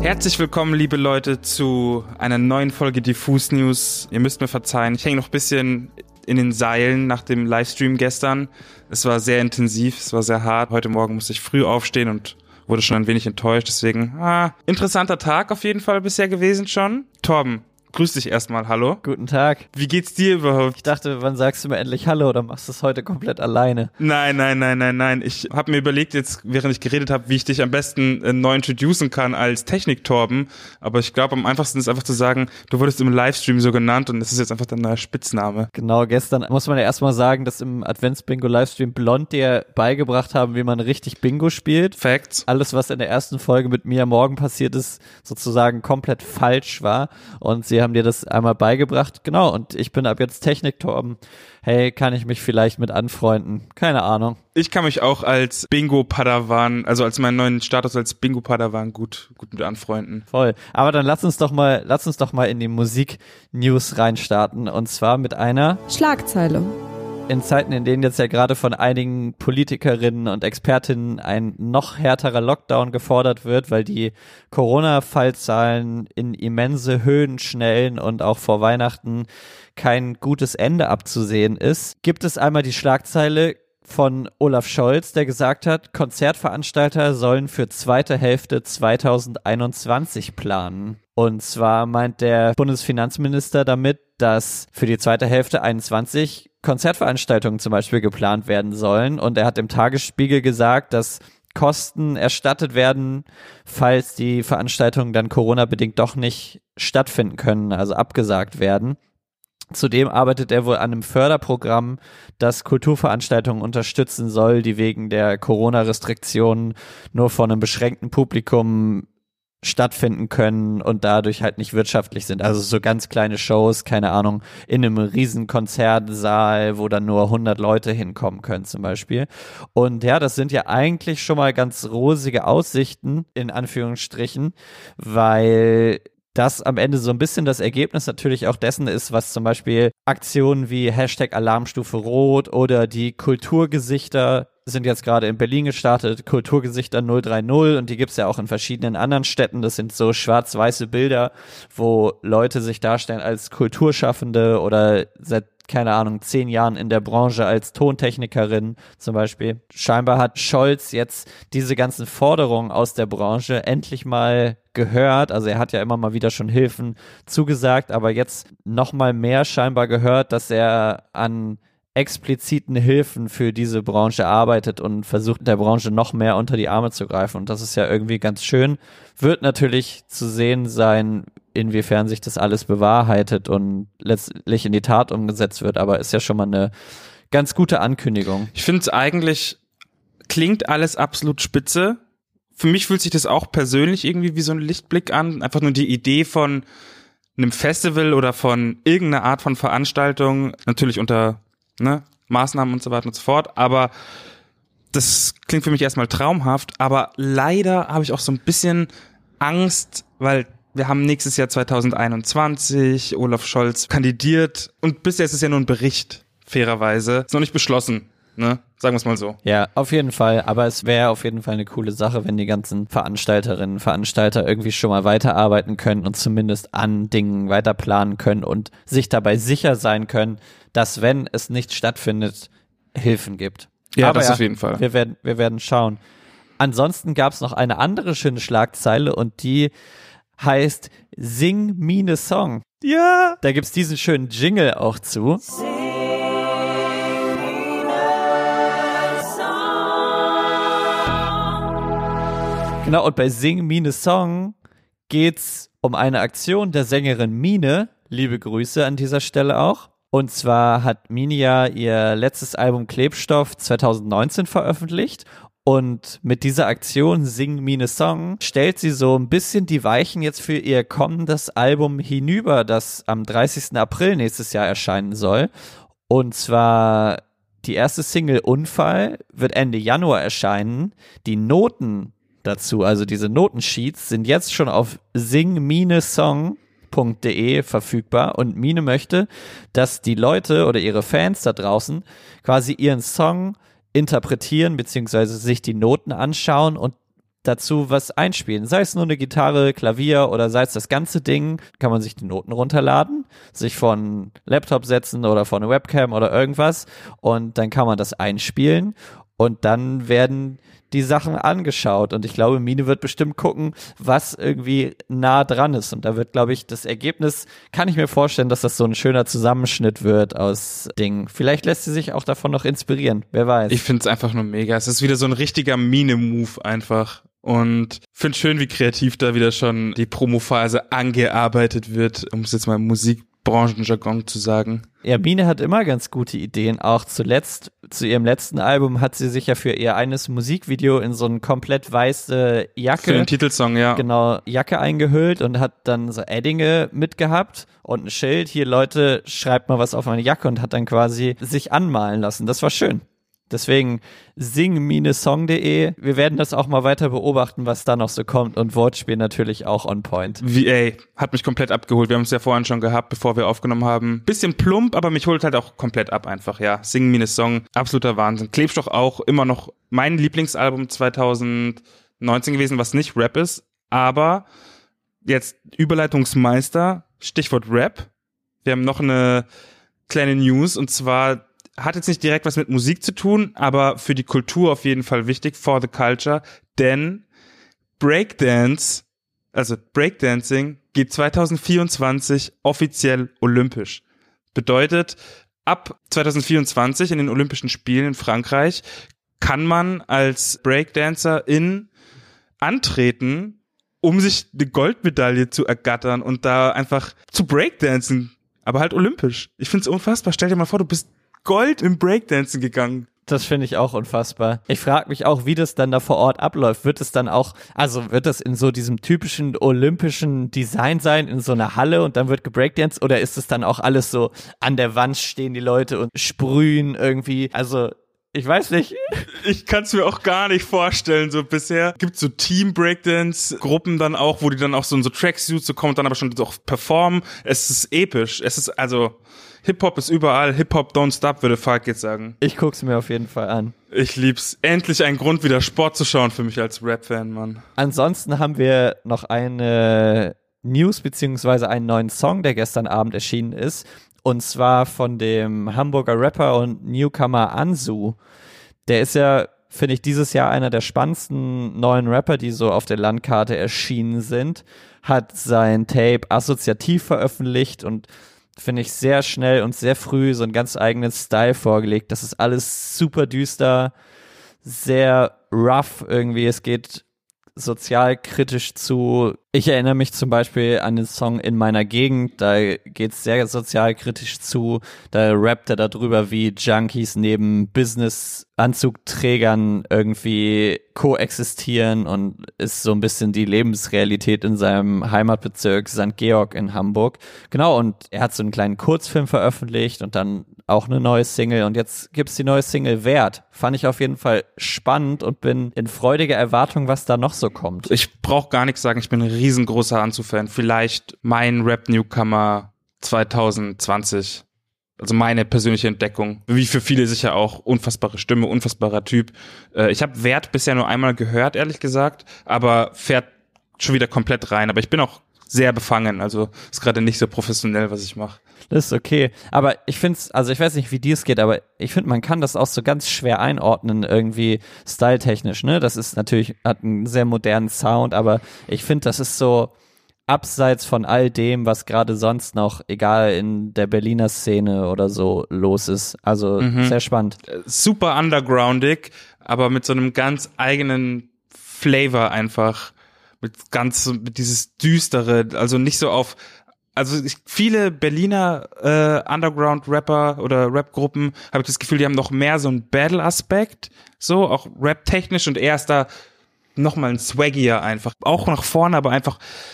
Herzlich willkommen, liebe Leute, zu einer neuen Folge Diffus News. Ihr müsst mir verzeihen, ich hänge noch ein bisschen in den Seilen nach dem Livestream gestern. Es war sehr intensiv, es war sehr hart. Heute Morgen musste ich früh aufstehen und wurde schon ein wenig enttäuscht. Deswegen, interessanter Tag auf jeden Fall bisher gewesen schon. Torben, grüß dich erstmal, hallo. Guten Tag. Wie geht's dir überhaupt? Ich dachte, wann sagst du mir endlich Hallo oder machst du es heute komplett alleine? Nein. Ich habe mir überlegt jetzt, während ich geredet habe, wie ich dich am besten neu introducen kann als Technik-Torben. Aber ich glaube, am einfachsten ist einfach zu sagen, du wurdest im Livestream so genannt und das ist jetzt einfach dein neuer Spitzname. Genau, gestern muss man ja erstmal sagen, dass im Advents-Bingo-Livestream Blond dir beigebracht haben, wie man richtig Bingo spielt. Facts. Alles, was in der ersten Folge mit Mia Morgan passiert ist, sozusagen komplett falsch war. Und sie haben dir das einmal beigebracht. Genau, und ich bin ab jetzt Technik-Torben. Hey, kann ich mich vielleicht mit anfreunden? Keine Ahnung. Ich kann mich auch als Bingo-Padawan, also als meinen neuen Status als Bingo-Padawan gut mit anfreunden. Voll. Aber dann lass uns doch mal in die Musik-News reinstarten. Und zwar mit einer Schlagzeile. In Zeiten, in denen jetzt ja gerade von einigen Politikerinnen und Expertinnen ein noch härterer Lockdown gefordert wird, weil die Corona-Fallzahlen in immense Höhen schnellen und auch vor Weihnachten kein gutes Ende abzusehen ist, gibt es einmal die Schlagzeile von Olaf Scholz, der gesagt hat, Konzertveranstalter sollen für zweite Hälfte 2021 planen. Und zwar meint der Bundesfinanzminister damit, dass für die zweite Hälfte 21 Konzertveranstaltungen zum Beispiel geplant werden sollen. Und er hat im Tagesspiegel gesagt, dass Kosten erstattet werden, falls die Veranstaltungen dann Corona-bedingt doch nicht stattfinden können, also abgesagt werden. Zudem arbeitet er wohl an einem Förderprogramm, das Kulturveranstaltungen unterstützen soll, die wegen der Corona-Restriktionen nur von einem beschränkten Publikum stattfinden können und dadurch halt nicht wirtschaftlich sind. Also so ganz kleine Shows, keine Ahnung, in einem riesen Konzertsaal, wo dann nur 100 Leute hinkommen können zum Beispiel. Und ja, das sind ja eigentlich schon mal ganz rosige Aussichten, in Anführungsstrichen, weil das am Ende so ein bisschen das Ergebnis natürlich auch dessen ist, was zum Beispiel Aktionen wie #Alarmstufe Rot oder die Kulturgesichter sind jetzt gerade in Berlin gestartet, Kulturgesichter 030, und die gibt's ja auch in verschiedenen anderen Städten. Das sind so schwarz-weiße Bilder, wo Leute sich darstellen als Kulturschaffende oder seit, keine Ahnung, 10 Jahren in der Branche als Tontechnikerin zum Beispiel. Scheinbar hat Scholz jetzt diese ganzen Forderungen aus der Branche endlich mal gehört. Also er hat ja immer mal wieder schon Hilfen zugesagt, aber jetzt noch mal mehr scheinbar gehört, dass er an expliziten Hilfen für diese Branche arbeitet und versucht, der Branche noch mehr unter die Arme zu greifen. Und das ist ja irgendwie ganz schön. Wird natürlich zu sehen sein, inwiefern sich das alles bewahrheitet und letztlich in die Tat umgesetzt wird. Aber ist ja schon mal eine ganz gute Ankündigung. Ich finde es eigentlich, klingt alles absolut spitze. Für mich fühlt sich das auch persönlich irgendwie wie so ein Lichtblick an. Einfach nur die Idee von einem Festival oder von irgendeiner Art von Veranstaltung, natürlich unter Maßnahmen und so weiter und so fort, aber das klingt für mich erstmal traumhaft, aber leider habe ich auch so ein bisschen Angst, weil wir haben nächstes Jahr 2021, Olaf Scholz kandidiert und bisher ist es ja nur ein Bericht, fairerweise, ist noch nicht beschlossen, ne? Sagen wir es mal so. Ja, auf jeden Fall, aber es wäre auf jeden Fall eine coole Sache, wenn die ganzen Veranstalterinnen und Veranstalter irgendwie schon mal weiterarbeiten können und zumindest an Dingen weiter planen können und sich dabei sicher sein können, dass, wenn es nicht stattfindet, Hilfen gibt. Ja, aber das auf jeden Fall. Wir werden schauen. Ansonsten gab es noch eine andere schöne Schlagzeile und die heißt Sing Me ne Song. Ja! Da gibt's diesen schönen Jingle auch zu. Genau, und bei Sing Me ne Song geht's um eine Aktion der Sängerin Mine. Liebe Grüße an dieser Stelle auch. Und zwar hat Mine ja ihr letztes Album Klebstoff 2019 veröffentlicht. Und mit dieser Aktion Sing Me ne Song stellt sie so ein bisschen die Weichen jetzt für ihr kommendes Album Hinüber, das am 30. April nächstes Jahr erscheinen soll. Und zwar die erste Single Unfall wird Ende Januar erscheinen. Die Noten dazu, also diese Notensheets, sind jetzt schon auf singminesong.de verfügbar und Mine möchte, dass die Leute oder ihre Fans da draußen quasi ihren Song interpretieren beziehungsweise sich die Noten anschauen und dazu was einspielen. Sei es nur eine Gitarre, Klavier oder sei es das ganze Ding, kann man sich die Noten runterladen, sich von Laptop setzen oder von einer Webcam oder irgendwas und dann kann man das einspielen und dann werden die Sachen angeschaut und ich glaube, Mine wird bestimmt gucken, was irgendwie nah dran ist und da wird, glaube ich, das Ergebnis, kann ich mir vorstellen, dass das so ein schöner Zusammenschnitt wird aus Dingen. Vielleicht lässt sie sich auch davon noch inspirieren, wer weiß. Ich finde es einfach nur mega. Es ist wieder so ein richtiger Mine-Move einfach. Und finde schön, wie kreativ da wieder schon die Promophase angearbeitet wird, um es jetzt mal im Musikbranchenjargon zu sagen. Ja, Mine hat immer ganz gute Ideen. Auch zuletzt, zu ihrem letzten Album, hat sie sich ja für ihr eines Musikvideo in so eine komplett weiße Jacke. Für den Titelsong, ja. Genau, Jacke eingehüllt und hat dann so Eddinge mitgehabt und ein Schild. Hier, Leute, schreibt mal was auf meine Jacke und hat dann quasi sich anmalen lassen. Das war schön. Deswegen sing-song.de. Wir werden das auch mal weiter beobachten, was da noch so kommt und Wortspiel natürlich auch on point. Hat mich komplett abgeholt. Wir haben es ja vorhin schon gehabt, bevor wir aufgenommen haben. Bisschen plump, aber mich holt halt auch komplett ab einfach, ja. Sing-Song, absoluter Wahnsinn. Klebstoff auch immer noch mein Lieblingsalbum 2019 gewesen, was nicht Rap ist, aber jetzt Überleitungsmeister, Stichwort Rap. Wir haben noch eine kleine News und zwar hat jetzt nicht direkt was mit Musik zu tun, aber für die Kultur auf jeden Fall wichtig, for the culture, denn Breakdancing geht 2024 offiziell olympisch. Bedeutet, ab 2024 in den Olympischen Spielen in Frankreich kann man als Breakdancer antreten, um sich eine Goldmedaille zu ergattern und da einfach zu Breakdancen, aber halt olympisch. Ich find's unfassbar. Stell dir mal vor, du bist Gold im Breakdancen gegangen. Das finde ich auch unfassbar. Ich frage mich auch, wie das dann da vor Ort abläuft. Wird es dann auch, also wird das in so diesem typischen olympischen Design sein, in so einer Halle und dann wird gebreakdanced oder ist es dann auch alles so, an der Wand stehen die Leute und sprühen irgendwie, also ich weiß nicht. Ich kann es mir auch gar nicht vorstellen, so bisher. Gibt so Team-Breakdance-Gruppen dann auch, wo die dann auch so in so Tracksuits so kommen und dann aber schon auch performen. Es ist episch. Es ist also, Hip-Hop ist überall. Hip-Hop don't stop, würde Falk jetzt sagen. Ich guck's mir auf jeden Fall an. Ich lieb's. Endlich ein Grund, wieder Sport zu schauen für mich als Rap-Fan, Mann. Ansonsten haben wir noch eine News beziehungsweise einen neuen Song, der gestern Abend erschienen ist. Und zwar von dem Hamburger Rapper und Newcomer Ansu. Der ist ja, finde ich, dieses Jahr einer der spannendsten neuen Rapper, die so auf der Landkarte erschienen sind. Hat sein Tape assoziativ veröffentlicht und finde ich sehr schnell und sehr früh so einen ganz eigenen Style vorgelegt. Das ist alles super düster, sehr rough irgendwie. Es geht sozialkritisch zu. Ich erinnere mich zum Beispiel an den Song In meiner Gegend, da geht's sehr sozialkritisch zu, da rappt er darüber, wie Junkies neben Business-Anzugträgern irgendwie koexistieren und ist so ein bisschen die Lebensrealität in seinem Heimatbezirk St. Georg in Hamburg. Genau, und er hat so einen kleinen Kurzfilm veröffentlicht und dann auch eine neue Single und jetzt gibt's die neue Single Wert. Fand ich auf jeden Fall spannend und bin in freudiger Erwartung, was da noch so kommt. Ich brauche gar nichts sagen, ich bin ein riesengroßer Anzu-Fan. Vielleicht mein Rap-Newcomer 2020. Also meine persönliche Entdeckung. Wie für viele sicher auch. Unfassbare Stimme, unfassbarer Typ. Ich habe Wert bisher nur einmal gehört, ehrlich gesagt, aber fährt schon wieder komplett rein. Aber ich bin auch sehr befangen, also ist gerade nicht so professionell, was ich mache. Das ist okay, aber ich finde es, also ich weiß nicht, wie dir es geht, aber ich finde, man kann das auch so ganz schwer einordnen, irgendwie styletechnisch, ne? Das ist natürlich, hat einen sehr modernen Sound, aber ich finde, das ist so abseits von all dem, was gerade sonst noch, egal in der Berliner Szene oder so, los ist. Also sehr spannend. Super undergroundig, aber mit so einem ganz eigenen Flavor einfach. Mit dieses Düstere, also nicht so auf, also viele Berliner Underground-Rapper oder Rap-Gruppen, habe ich das Gefühl, die haben noch mehr so einen Battle-Aspekt, so, auch rap-technisch und er ist da nochmal ein Swaggier einfach, auch nach vorne, aber einfach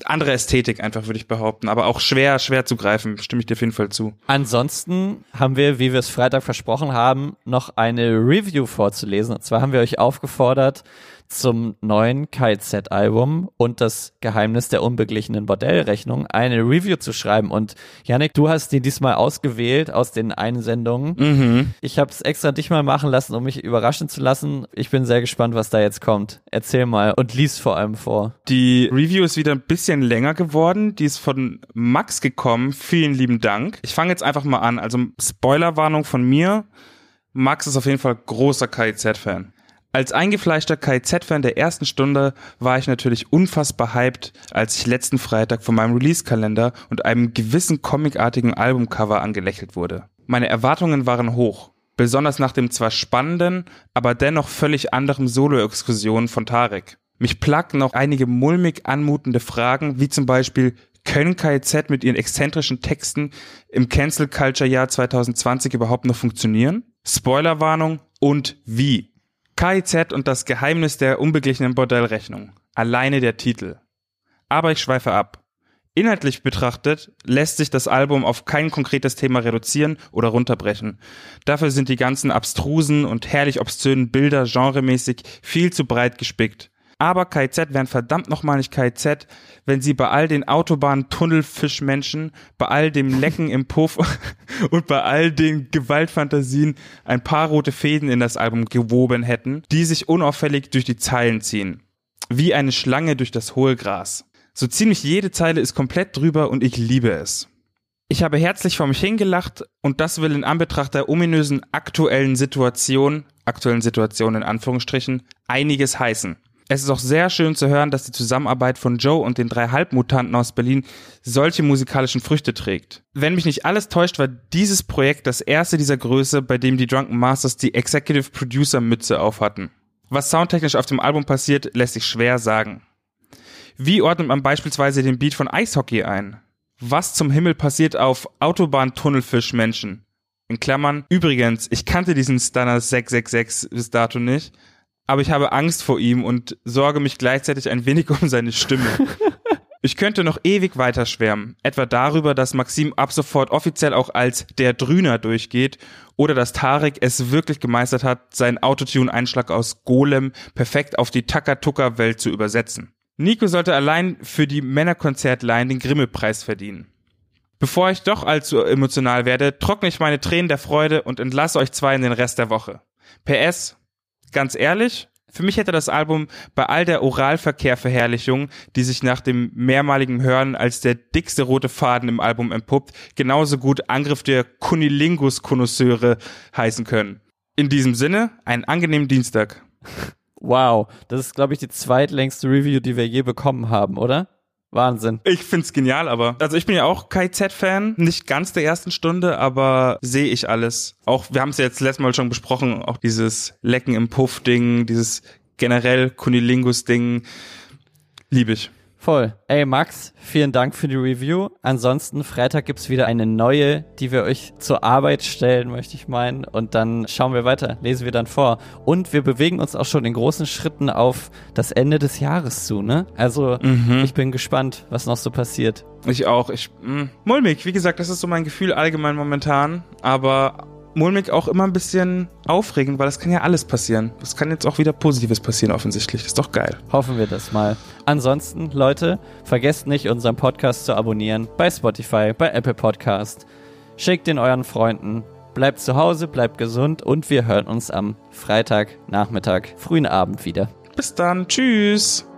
andere Ästhetik einfach, würde ich behaupten, aber auch schwer zu greifen, stimme ich dir auf jeden Fall zu. Ansonsten haben wir, wie wir es Freitag versprochen haben, noch eine Review vorzulesen. Und zwar haben wir euch aufgefordert, zum neuen KIZ-Album und das Geheimnis der unbeglichenen Bordellrechnung eine Review zu schreiben. Und Yannick, du hast die diesmal ausgewählt aus den Einsendungen. Mhm. Ich habe es extra dich mal machen lassen, um mich überraschen zu lassen. Ich bin sehr gespannt, was da jetzt kommt. Erzähl mal und lies vor allem vor. Die Review ist wieder ein bisschen länger geworden. Die ist von Max gekommen. Vielen lieben Dank. Ich fange jetzt einfach mal an. Also Spoilerwarnung von mir. Max ist auf jeden Fall großer KIZ-Fan. Als eingefleischter KIZ-Fan der ersten Stunde war ich natürlich unfassbar hyped, als ich letzten Freitag von meinem Release-Kalender und einem gewissen comicartigen Albumcover angelächelt wurde. Meine Erwartungen waren hoch, besonders nach dem zwar spannenden, aber dennoch völlig anderen Solo-Exkursion von Tarek. Mich plagten noch einige mulmig anmutende Fragen, wie zum Beispiel: Können KIZ mit ihren exzentrischen Texten im Cancel-Culture-Jahr 2020 überhaupt noch funktionieren? Spoilerwarnung: und wie? KIZ und das Geheimnis der unbeglichenen Bordellrechnung. Alleine der Titel. Aber ich schweife ab. Inhaltlich betrachtet lässt sich das Album auf kein konkretes Thema reduzieren oder runterbrechen. Dafür sind die ganzen abstrusen und herrlich obszönen Bilder genremäßig viel zu breit gespickt. Aber KIZ wären verdammt nochmal nicht KIZ, wenn sie bei all den Autobahn-Tunnelfischmenschen, bei all dem Lecken im Puff und bei all den Gewaltfantasien ein paar rote Fäden in das Album gewoben hätten, die sich unauffällig durch die Zeilen ziehen. Wie eine Schlange durch das hohe Gras. So ziemlich jede Zeile ist komplett drüber und ich liebe es. Ich habe herzlich vor mich hingelacht und das will in Anbetracht der ominösen aktuellen Situation in Anführungsstrichen, einiges heißen. Es ist auch sehr schön zu hören, dass die Zusammenarbeit von Joe und den 3 Halbmutanten aus Berlin solche musikalischen Früchte trägt. Wenn mich nicht alles täuscht, war dieses Projekt das erste dieser Größe, bei dem die Drunken Masters die Executive Producer Mütze aufhatten. Was soundtechnisch auf dem Album passiert, lässt sich schwer sagen. Wie ordnet man beispielsweise den Beat von Eishockey ein? Was zum Himmel passiert auf Autobahn-Tunnelfisch-Menschen? In Klammern, übrigens, ich kannte diesen Stunner 666 bis dato nicht, aber ich habe Angst vor ihm und sorge mich gleichzeitig ein wenig um seine Stimme. Ich könnte noch ewig weiter schwärmen, etwa darüber, dass Maxim ab sofort offiziell auch als der Drüner durchgeht oder dass Tarek es wirklich gemeistert hat, seinen Autotune-Einschlag aus Golem perfekt auf die Taka-Tuka-Welt zu übersetzen. Nico sollte allein für die Männerkonzertline den Grimme-Preis verdienen. Bevor ich doch allzu emotional werde, trockne ich meine Tränen der Freude und entlasse euch zwei in den Rest der Woche. PS, ganz ehrlich, für mich hätte das Album bei all der Oralverkehr-Verherrlichung, die sich nach dem mehrmaligen Hören als der dickste rote Faden im Album entpuppt, genauso gut Angriff der Kunilingus-Konnoisseure heißen können. In diesem Sinne, einen angenehmen Dienstag. Wow, das ist, glaube ich, die zweitlängste Review, die wir je bekommen haben, oder? Wahnsinn. Ich find's genial, aber. Also ich bin ja auch KIZ-Fan, nicht ganz der ersten Stunde, aber sehe ich alles. Auch, wir haben es ja jetzt letztes Mal schon besprochen, auch dieses Lecken im Puff-Ding, dieses generell Kunilingus-Ding, liebe ich. Voll. Ey Max, vielen Dank für die Review. Ansonsten, Freitag gibt's wieder eine neue, die wir euch zur Arbeit stellen, möchte ich meinen. Und dann schauen wir weiter, lesen wir dann vor. Und wir bewegen uns auch schon in großen Schritten auf das Ende des Jahres zu, ne? Also, ich bin gespannt, was noch so passiert. Ich auch. Mulmig, wie gesagt, das ist so mein Gefühl allgemein momentan. Aber mulmig auch immer ein bisschen aufregend, weil das kann ja alles passieren. Es kann jetzt auch wieder Positives passieren offensichtlich. Das ist doch geil. Hoffen wir das mal. Ansonsten, Leute, vergesst nicht, unseren Podcast zu abonnieren bei Spotify, bei Apple Podcast. Schickt den euren Freunden. Bleibt zu Hause, bleibt gesund und wir hören uns am Freitagnachmittag, frühen Abend wieder. Bis dann. Tschüss.